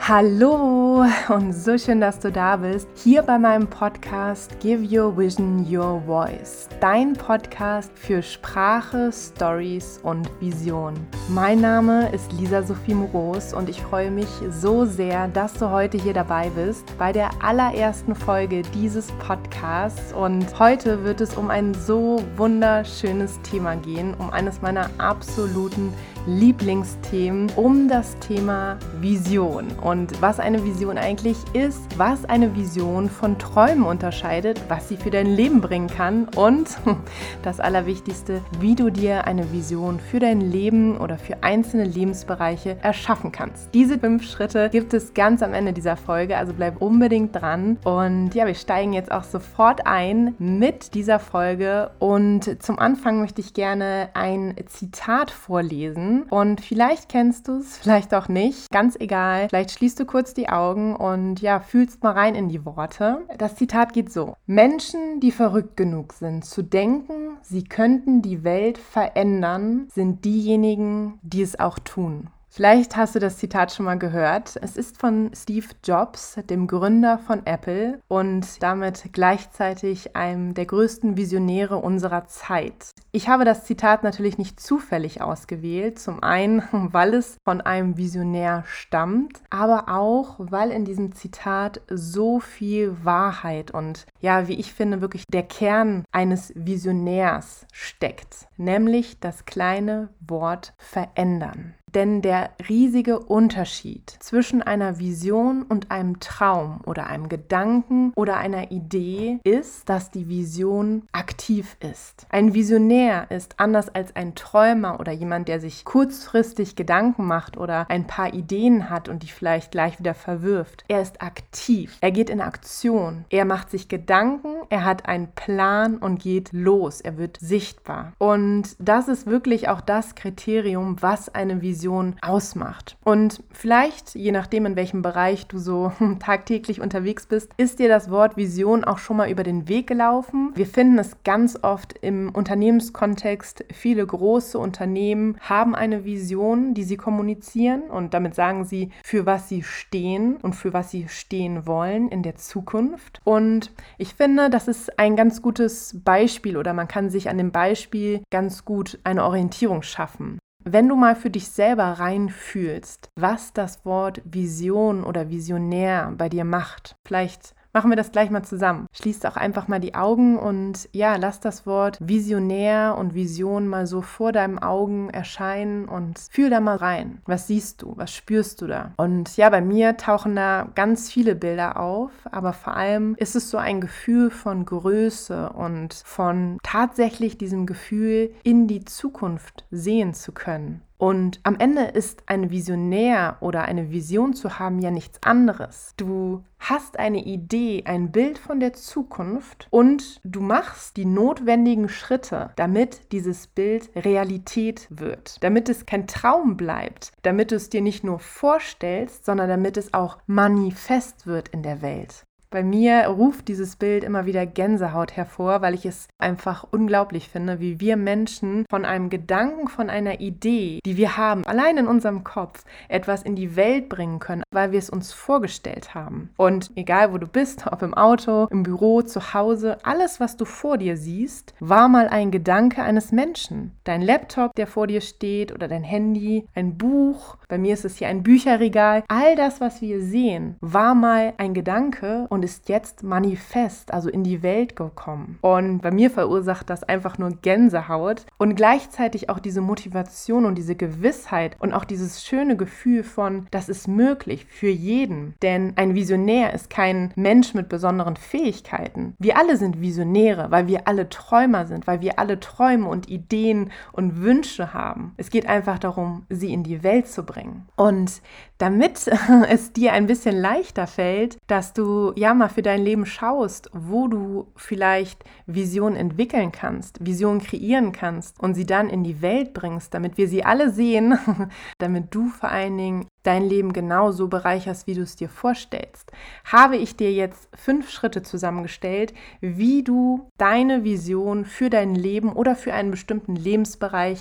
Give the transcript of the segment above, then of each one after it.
Hallo und so schön, dass du da bist, hier bei meinem Podcast Give Your Vision Your Voice, dein Podcast für Sprache, Stories und Vision. Mein Name ist Lisa Sophie Moros und ich freue mich so sehr, dass du heute hier dabei bist bei der allerersten Folge dieses Podcasts, und heute wird es um ein so wunderschönes Thema gehen, um eines meiner absoluten Lieblingsthemen, um das Thema Vision und was eine Vision eigentlich ist, was eine Vision von Träumen unterscheidet, was sie für dein Leben bringen kann und das Allerwichtigste, wie du dir eine Vision für dein Leben oder für einzelne Lebensbereiche erschaffen kannst. Diese 5 Schritte gibt es ganz am Ende dieser Folge, also bleib unbedingt dran. Und ja, wir steigen jetzt auch sofort ein mit dieser Folge, und zum Anfang möchte ich gerne ein Zitat vorlesen. Und vielleicht kennst du es, vielleicht auch nicht, ganz egal. Vielleicht schließt du kurz die Augen und ja, fühlst mal rein in die Worte. Das Zitat geht so: Menschen, die verrückt genug sind zu denken, sie könnten die Welt verändern, sind diejenigen, die es auch tun. Vielleicht hast du das Zitat schon mal gehört. Es ist von Steve Jobs, dem Gründer von Apple und damit gleichzeitig einem der größten Visionäre unserer Zeit. Ich habe das Zitat natürlich nicht zufällig ausgewählt. Zum einen, weil es von einem Visionär stammt, aber auch, weil in diesem Zitat so viel Wahrheit und ja, wie ich finde, wirklich der Kern eines Visionärs steckt, nämlich das kleine Wort verändern. Denn der riesige Unterschied zwischen einer Vision und einem Traum oder einem Gedanken oder einer Idee ist, dass die Vision aktiv ist. Ein Visionär ist anders als ein Träumer oder jemand, der sich kurzfristig Gedanken macht oder ein paar Ideen hat und die vielleicht gleich wieder verwirft. Er ist aktiv, er geht in Aktion, er macht sich Gedanken, er hat einen Plan und geht los, er wird sichtbar. Und das ist wirklich auch das Kriterium, was eine Vision ausmacht. Und vielleicht, je nachdem, in welchem Bereich du so tagtäglich unterwegs bist, ist dir das Wort Vision auch schon mal über den Weg gelaufen. Wir finden es ganz oft im Unternehmenskontext. Viele große Unternehmen haben eine Vision, die sie kommunizieren, und damit sagen sie, für was sie stehen und für was sie stehen wollen in der Zukunft. Und ich finde, das ist ein ganz gutes Beispiel, oder man kann sich an dem Beispiel ganz gut eine Orientierung schaffen. Wenn du mal für dich selber reinfühlst, was das Wort Vision oder Visionär bei dir macht, vielleicht machen wir das gleich mal zusammen. Schließ auch einfach mal die Augen und ja, lass das Wort Visionär und Vision mal so vor deinen Augen erscheinen und fühl da mal rein. Was siehst du? Was spürst du da? Und ja, bei mir tauchen da ganz viele Bilder auf, aber vor allem ist es so ein Gefühl von Größe und von tatsächlich diesem Gefühl, in die Zukunft sehen zu können. Und am Ende ist ein Visionär oder eine Vision zu haben ja nichts anderes. Du hast eine Idee, ein Bild von der Zukunft, und du machst die notwendigen Schritte, damit dieses Bild Realität wird, damit es kein Traum bleibt, damit du es dir nicht nur vorstellst, sondern damit es auch manifest wird in der Welt. Bei mir ruft dieses Bild immer wieder Gänsehaut hervor, weil ich es einfach unglaublich finde, wie wir Menschen von einem Gedanken, von einer Idee, die wir haben, allein in unserem Kopf, etwas in die Welt bringen können, weil wir es uns vorgestellt haben. Und egal, wo du bist, ob im Auto, im Büro, zu Hause, alles, was du vor dir siehst, war mal ein Gedanke eines Menschen. Dein Laptop, der vor dir steht, oder dein Handy, ein Buch, bei mir ist es hier ein Bücherregal. All das, was wir sehen, war mal ein Gedanke und ist jetzt manifest, also in die Welt gekommen. Und bei mir verursacht das einfach nur Gänsehaut und gleichzeitig auch diese Motivation und diese Gewissheit und auch dieses schöne Gefühl von, das ist möglich für jeden. Denn ein Visionär ist kein Mensch mit besonderen Fähigkeiten. Wir alle sind Visionäre, weil wir alle Träumer sind, weil wir alle Träume und Ideen und Wünsche haben. Es geht einfach darum, sie in die Welt zu bringen. Und damit es dir ein bisschen leichter fällt, dass du ja mal für dein Leben schaust, wo du vielleicht Visionen entwickeln kannst, Visionen kreieren kannst und sie dann in die Welt bringst, damit wir sie alle sehen, damit du vor allen Dingen dein Leben genauso bereicherst, wie du es dir vorstellst, habe ich dir jetzt 5 Schritte zusammengestellt, wie du deine Vision für dein Leben oder für einen bestimmten Lebensbereich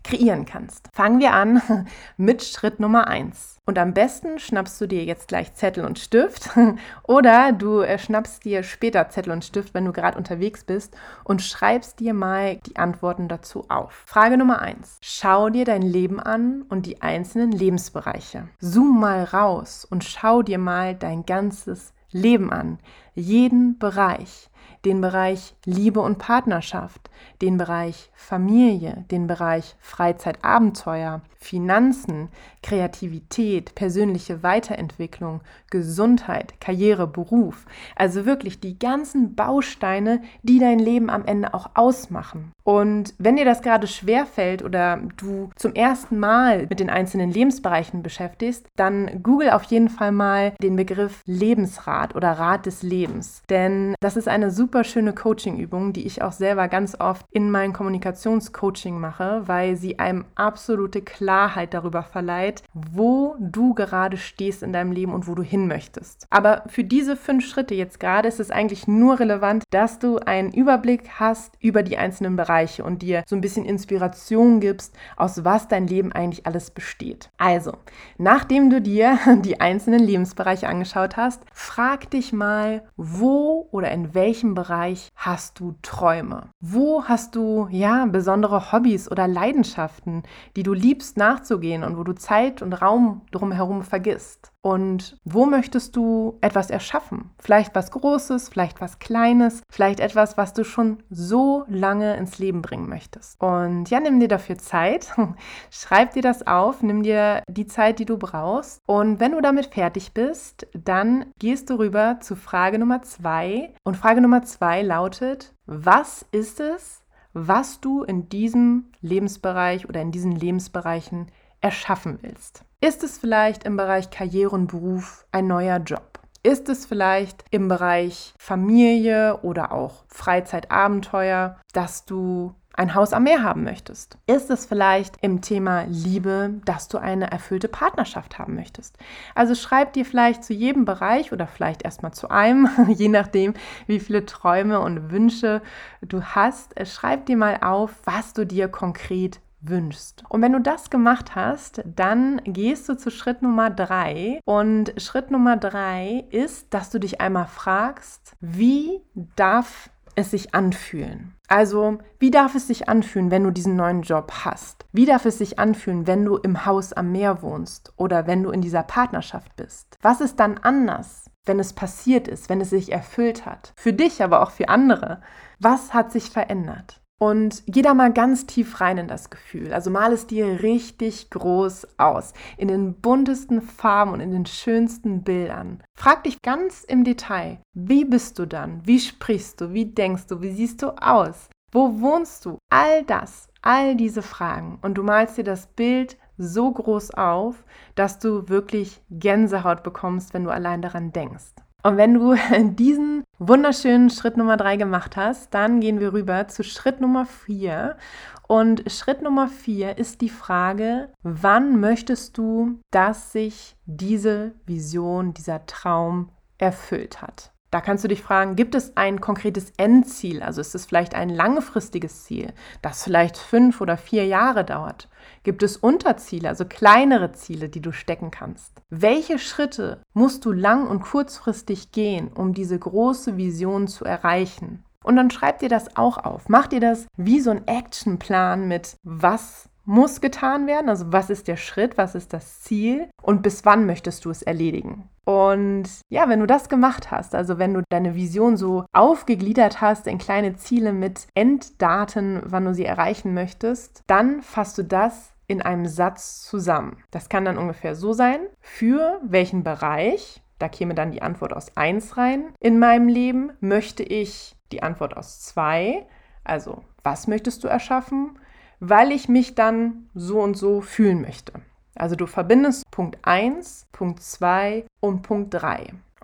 kreieren kannst. Fangen wir an mit Schritt Nummer 1. Und am besten schnappst du dir jetzt gleich Zettel und Stift oder du schnappst dir später Zettel und Stift, wenn du gerade unterwegs bist und schreibst dir mal die Antworten dazu auf. Frage Nummer 1. Schau dir dein Leben an und die einzelnen Lebensbereiche. Zoom mal raus und schau dir mal dein ganzes Leben an. Jeden Bereich. Den Bereich Liebe und Partnerschaft, den Bereich Familie, den Bereich Freizeit, Abenteuer, Finanzen, Kreativität, persönliche Weiterentwicklung, Gesundheit, Karriere, Beruf. Also wirklich die ganzen Bausteine, die dein Leben am Ende auch ausmachen. Und wenn dir das gerade schwerfällt oder du zum ersten Mal mit den einzelnen Lebensbereichen beschäftigst, dann google auf jeden Fall mal den Begriff Lebensrat oder Rat des Lebens. Denn das ist eine super schöne Coaching-Übung, die ich auch selber ganz oft in meinem Kommunikationscoaching mache, weil sie einem absolute Klarheit darüber verleiht, wo du gerade stehst in deinem Leben und wo du hin möchtest. Aber für diese 5 Schritte jetzt gerade ist es eigentlich nur relevant, dass du einen Überblick hast über die einzelnen Bereiche und dir so ein bisschen Inspiration gibst, aus was dein Leben eigentlich alles besteht. Also, nachdem du dir die einzelnen Lebensbereiche angeschaut hast, frag dich mal, wo oder in welchem Bereich hast du Träume? Wo hast du besondere Hobbys oder Leidenschaften, die du liebst nachzugehen und wo du Zeit und Raum drumherum vergisst? Und wo möchtest du etwas erschaffen? Vielleicht was Großes, vielleicht was Kleines, vielleicht etwas, was du schon so lange ins Leben bringen möchtest. Und ja, nimm dir dafür Zeit, schreib dir das auf, nimm dir die Zeit, die du brauchst. Und wenn du damit fertig bist, dann gehst du rüber zu Frage Nummer 2. Und Frage Nummer 2 lautet, was ist es, was du in diesem Lebensbereich oder in diesen Lebensbereichen erschaffen willst? Ist es vielleicht im Bereich Karriere und Beruf ein neuer Job? Ist es vielleicht im Bereich Familie oder auch Freizeit, Abenteuer, dass du ein Haus am Meer haben möchtest? Ist es vielleicht im Thema Liebe, dass du eine erfüllte Partnerschaft haben möchtest? Also schreib dir vielleicht zu jedem Bereich oder vielleicht erstmal zu einem, je nachdem, wie viele Träume und Wünsche du hast. Schreib dir mal auf, was du dir konkret wünschst. Und wenn du das gemacht hast, dann gehst du zu Schritt Nummer 3. Und Schritt Nummer 3 ist, dass du dich einmal fragst, wie darf es sich anfühlen? Also, wie darf es sich anfühlen, wenn du diesen neuen Job hast? Wie darf es sich anfühlen, wenn du im Haus am Meer wohnst oder wenn du in dieser Partnerschaft bist? Was ist dann anders, wenn es passiert ist, wenn es sich erfüllt hat? Für dich, aber auch für andere. Was hat sich verändert? Und geh da mal ganz tief rein in das Gefühl. Also mal es dir richtig groß aus, in den buntesten Farben und in den schönsten Bildern. Frag dich ganz im Detail, wie bist du dann? Wie sprichst du? Wie denkst du? Wie siehst du aus? Wo wohnst du? All das, all diese Fragen. Und du malst dir das Bild so groß auf, dass du wirklich Gänsehaut bekommst, wenn du allein daran denkst. Und wenn du diesen wunderschönen Schritt Nummer 3 gemacht hast, dann gehen wir rüber zu Schritt Nummer 4. Und Schritt Nummer 4 ist die Frage, wann möchtest du, dass sich diese Vision, dieser Traum erfüllt hat? Da kannst du dich fragen, gibt es ein konkretes Endziel? Also ist es vielleicht ein langfristiges Ziel, das vielleicht 5 oder 4 Jahre dauert? Gibt es Unterziele, also kleinere Ziele, die du stecken kannst? Welche Schritte musst du lang- und kurzfristig gehen, um diese große Vision zu erreichen? Und dann schreib dir das auch auf. Mach dir das wie so ein Actionplan mit, was muss getan werden, also was ist der Schritt, was ist das Ziel und bis wann möchtest du es erledigen. Und ja, wenn du das gemacht hast, also wenn du deine Vision so aufgegliedert hast in kleine Ziele mit Enddaten, wann du sie erreichen möchtest, dann fasst du das in einem Satz zusammen. Das kann dann ungefähr so sein, für welchen Bereich, da käme dann die Antwort aus 1 rein, in meinem Leben möchte ich die Antwort aus 2, also was möchtest du erschaffen, weil ich mich dann so und so fühlen möchte. Also du verbindest Punkt 1, Punkt 2 und Punkt 3.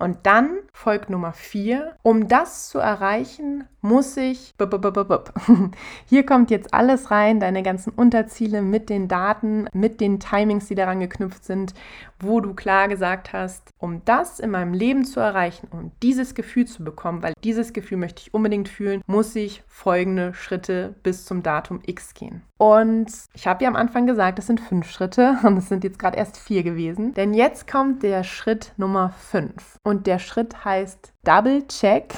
Und dann folgt Nummer 4. Um das zu erreichen, muss ich... Hier kommt jetzt alles rein, deine ganzen Unterziele mit den Daten, mit den Timings, die daran geknüpft sind, wo du klar gesagt hast, um das in meinem Leben zu erreichen, um dieses Gefühl zu bekommen, weil dieses Gefühl möchte ich unbedingt fühlen, muss ich folgende Schritte bis zum Datum X gehen. Und ich habe ja am Anfang gesagt, das sind 5 Schritte und es sind jetzt gerade erst 4 gewesen. Denn jetzt kommt der Schritt Nummer 5 und der Schritt heißt Double Check,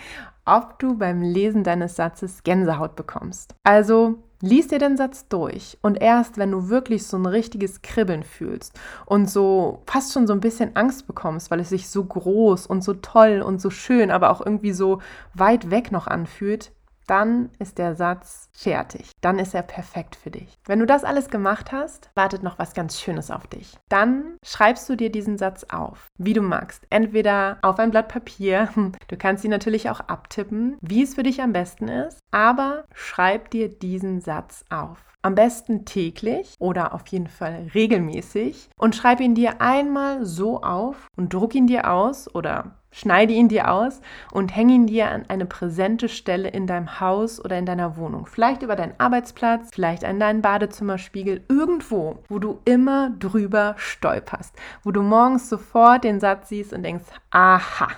ob du beim Lesen deines Satzes Gänsehaut bekommst. Also lies dir den Satz durch und erst wenn du wirklich so ein richtiges Kribbeln fühlst und so fast schon so ein bisschen Angst bekommst, weil es sich so groß und so toll und so schön, aber auch irgendwie so weit weg noch anfühlt, dann ist der Satz fertig. Dann ist er perfekt für dich. Wenn du das alles gemacht hast, wartet noch was ganz Schönes auf dich. Dann schreibst du dir diesen Satz auf, wie du magst. Entweder auf ein Blatt Papier, du kannst ihn natürlich auch abtippen, wie es für dich am besten ist, aber schreib dir diesen Satz auf. Am besten täglich oder auf jeden Fall regelmäßig und schreib ihn dir einmal so auf und druck ihn dir aus oder schneide ihn dir aus und hänge ihn dir an eine präsente Stelle in deinem Haus oder in deiner Wohnung. Vielleicht über deinen Arbeitsplatz, vielleicht an deinen Badezimmerspiegel, irgendwo, wo du immer drüber stolperst, wo du morgens sofort den Satz siehst und denkst, aha,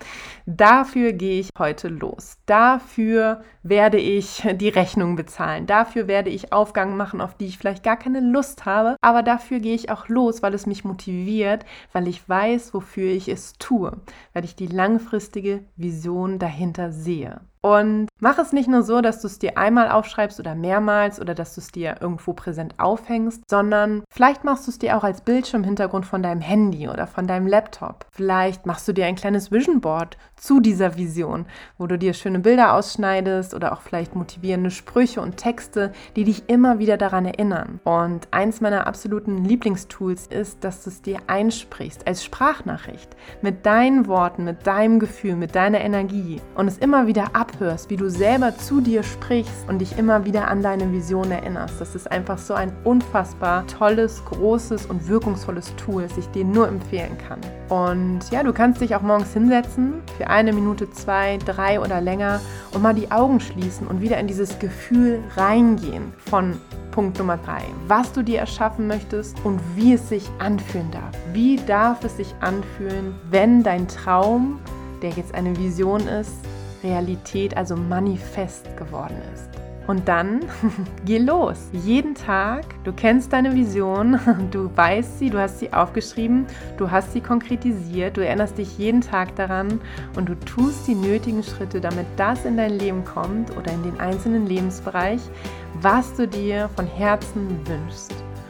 dafür gehe ich heute los. Dafür werde ich die Rechnung bezahlen. Dafür werde ich Aufgaben machen, auf die ich vielleicht gar keine Lust habe. Aber dafür gehe ich auch los, weil es mich motiviert, weil ich weiß, wofür ich es tue, weil ich die langfristige Vision dahinter sehe. Und mach es nicht nur so, dass du es dir einmal aufschreibst oder mehrmals oder dass du es dir irgendwo präsent aufhängst, sondern vielleicht machst du es dir auch als Bildschirmhintergrund von deinem Handy oder von deinem Laptop. Vielleicht machst du dir ein kleines Vision Board zu dieser Vision, wo du dir schöne Bilder ausschneidest oder auch vielleicht motivierende Sprüche und Texte, die dich immer wieder daran erinnern. Und eins meiner absoluten Lieblingstools ist, dass du es dir einsprichst als Sprachnachricht mit deinen Worten, mit deinem Gefühl, mit deiner Energie und es immer wieder abhörst, wie du selber zu dir sprichst und dich immer wieder an deine Vision erinnerst. Das ist einfach so ein unfassbar tolles, großes und wirkungsvolles Tool, das ich dir nur empfehlen kann. Und ja, du kannst dich auch morgens hinsetzen, für 1 Minute, 2, 3 oder länger und mal die Augen schließen und wieder in dieses Gefühl reingehen von Punkt Nummer 3, was du dir erschaffen möchtest und wie es sich anfühlen darf. Wie darf es sich anfühlen, wenn dein Traum, der jetzt eine Vision ist, Realität, also manifest geworden ist. Und dann geh los. Jeden Tag, du kennst deine Vision, du weißt sie, du hast sie aufgeschrieben, du hast sie konkretisiert, du erinnerst dich jeden Tag daran und du tust die nötigen Schritte, damit das in dein Leben kommt oder in den einzelnen Lebensbereich, was du dir von Herzen wünschst.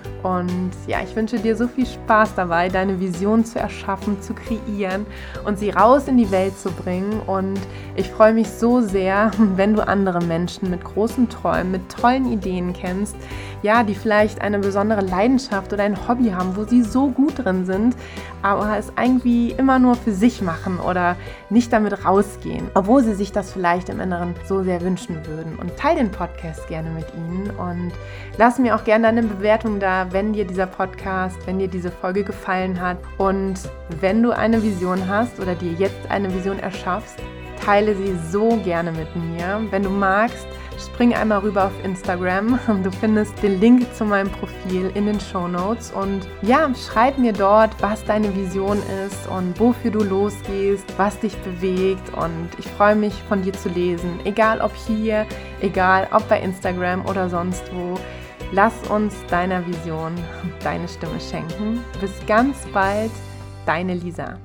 Und ja, ich wünsche dir so viel Spaß dabei, deine Vision zu erschaffen, zu kreieren und sie raus in die Welt zu bringen. Und ich freue mich so sehr, wenn du andere Menschen mit großen Träumen, mit tollen Ideen kennst, ja, die vielleicht eine besondere Leidenschaft oder ein Hobby haben, wo sie so gut drin sind, aber es irgendwie immer nur für sich machen oder nicht damit rausgehen, obwohl sie sich das vielleicht im Inneren so sehr wünschen würden. Und teile den Podcast gerne mit ihnen und lass mir auch gerne eine Bewertung da, wenn dir dieser Podcast, wenn dir diese Folge gefallen hat und wenn du eine Vision hast oder dir jetzt eine Vision erschaffst, teile sie so gerne mit mir. Wenn du magst, spring einmal rüber auf Instagram. Du findest den Link zu meinem Profil in den Shownotes und ja, schreib mir dort, was deine Vision ist und wofür du losgehst, was dich bewegt und ich freue mich, von dir zu lesen. Egal ob hier, egal ob bei Instagram oder sonst wo. Lass uns deiner Vision deine Stimme schenken. Bis ganz bald, deine Lisa.